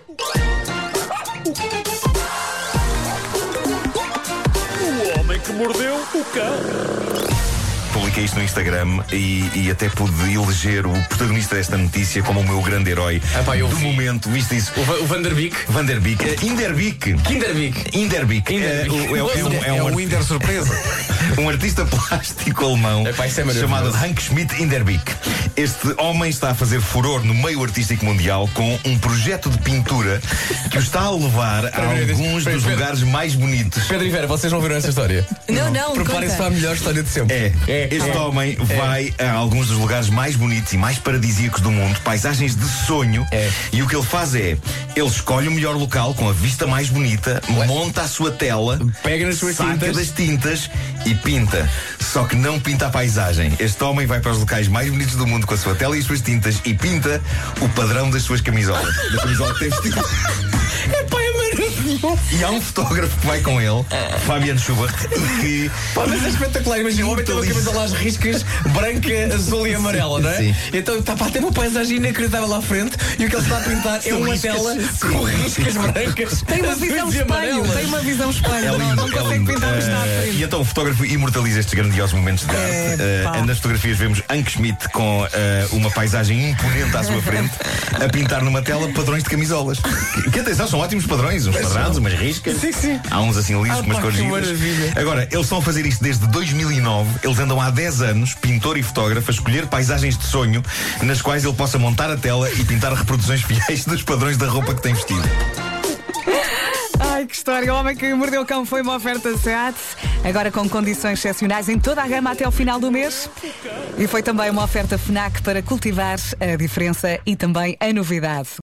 O homem que mordeu o cão. Publiquei isto no Instagram e até pude eleger o protagonista desta notícia como o meu grande herói do momento. Viste isso? O Vanderbeek. Inderbeek. Kinderbeek. É um Inder surpresa. um artista plástico alemão chamado Hank Schmidt Inderbeek. Este homem está a fazer furor no meio artístico mundial com um projeto de pintura que o está a levar a alguns dos lugares mais bonitos. Pedro e Vera, vocês não viram essa história? Não. Preparem-se para a melhor história de sempre. Este homem vai a alguns dos lugares mais bonitos e mais paradisíacos do mundo, paisagens de sonho, e o que ele faz é, ele escolhe o melhor local com a vista mais bonita, monta a sua tela, pega nas suas saca das tintas e pinta. Só que não pinta a paisagem. Este homem vai para os locais mais bonitos do mundo com a sua tela e as suas tintas e pinta o padrão das suas camisolas. Da camisola que tem vestido. E há um fotógrafo que vai com ele, Fabian Schubert, e que. Mas é espetacular, imagina, o homem tem uma camisola às riscas, branca, azul e amarela, não é? Sim. Então tem uma paisagem inacreditável lá à frente e o que ele está a pintar é uma tela com riscas brancas. Tem uma visão espelho. É lindo, Não consegue pintar o que está à frente. E então o fotógrafo imortaliza estes grandiosos momentos de arte. Nas fotografias vemos Hank Schmidt com uma paisagem imponente à sua frente a pintar numa tela padrões de camisolas. Que atenção, são ótimos padrões, uns quadrados, umas riscas. Sim. Há uns assim lisos, com umas cores giras. Agora, eles estão a fazer isto desde 2009. Eles andam há 10 anos, pintor e fotógrafo, a escolher paisagens de sonho nas quais ele possa montar a tela e pintar reproduções fiéis dos padrões da roupa que tem vestido. Ai, que história. O homem que mordeu o cão foi uma oferta SEAT. Agora com condições excepcionais em toda a gama até ao final do mês. E foi também uma oferta FNAC para cultivar a diferença e também a novidade.